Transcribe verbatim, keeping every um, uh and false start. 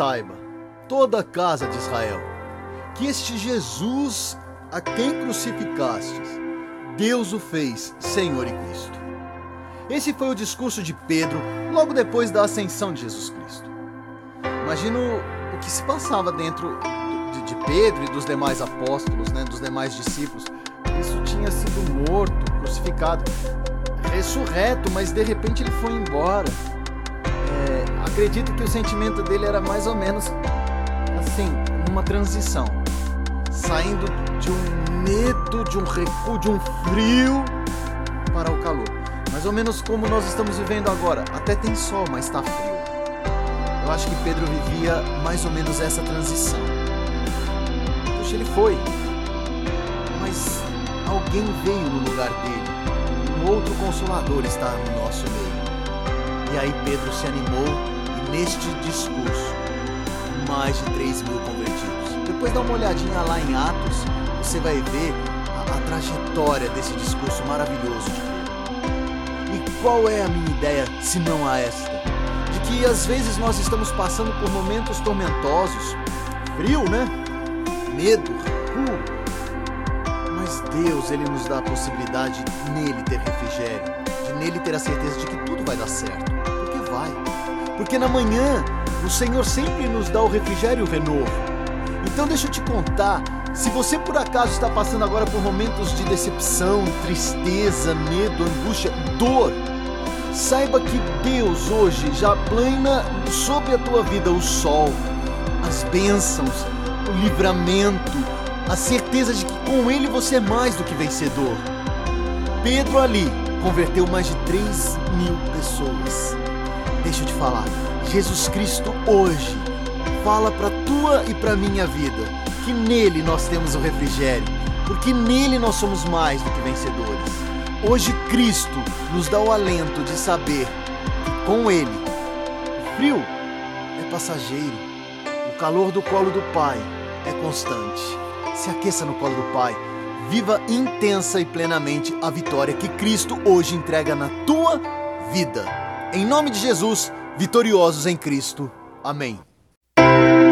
saiba, toda a casa de Israel, que este Jesus a quem crucificastes, Deus o fez Senhor e Cristo. Esse foi o discurso de Pedro logo depois da ascensão de Jesus Cristo. Imagino o que se passava dentro de, de Pedro e dos demais apóstolos, né, dos demais discípulos. Cristo tinha sido morto, crucificado, ressurreto, mas de repente ele foi embora. É, acredito que o sentimento dele era mais ou menos assim, uma transição, saindo de um medo, de um recuo, de um frio para o calor. Mais ou menos como nós estamos vivendo agora. Até tem sol, mas está frio. Eu acho que Pedro vivia mais ou menos essa transição. Poxa, ele foi, mas alguém veio no lugar dele. Um outro Consolador está no nosso meio. E aí Pedro se animou e neste discurso, mais de três mil convertidos. Depois dá uma olhadinha lá em Atos, você vai ver a, a trajetória desse discurso maravilhoso de Pedro. E qual é a minha ideia, se não a esta? De que às vezes nós estamos passando por momentos tormentosos, frio, né? Medo, recuo. Mas Deus, Ele nos dá a possibilidade de nele ter refrigério, de nele ter a certeza de que tudo vai dar certo. Porque vai. Porque na manhã o Senhor sempre nos dá o refrigério e o renovo. Então deixa eu te contar, se você por acaso está passando agora por momentos de decepção, tristeza, medo, angústia, dor, saiba que Deus hoje já plana sobre a tua vida o sol, as bênçãos, o livramento, a certeza de que com Ele você é mais do que vencedor. Pedro ali converteu mais de três mil pessoas. Deixa eu te falar, Jesus Cristo hoje fala para tua e para minha vida que nele nós temos o refrigério, porque nele nós somos mais do que vencedores. Hoje Cristo nos dá o alento de saber que com ele o frio é passageiro, o calor do colo do Pai é constante. Se aqueça no colo do Pai, viva intensa e plenamente a vitória que Cristo hoje entrega na tua vida. Em nome de Jesus, vitoriosos em Cristo. Amém.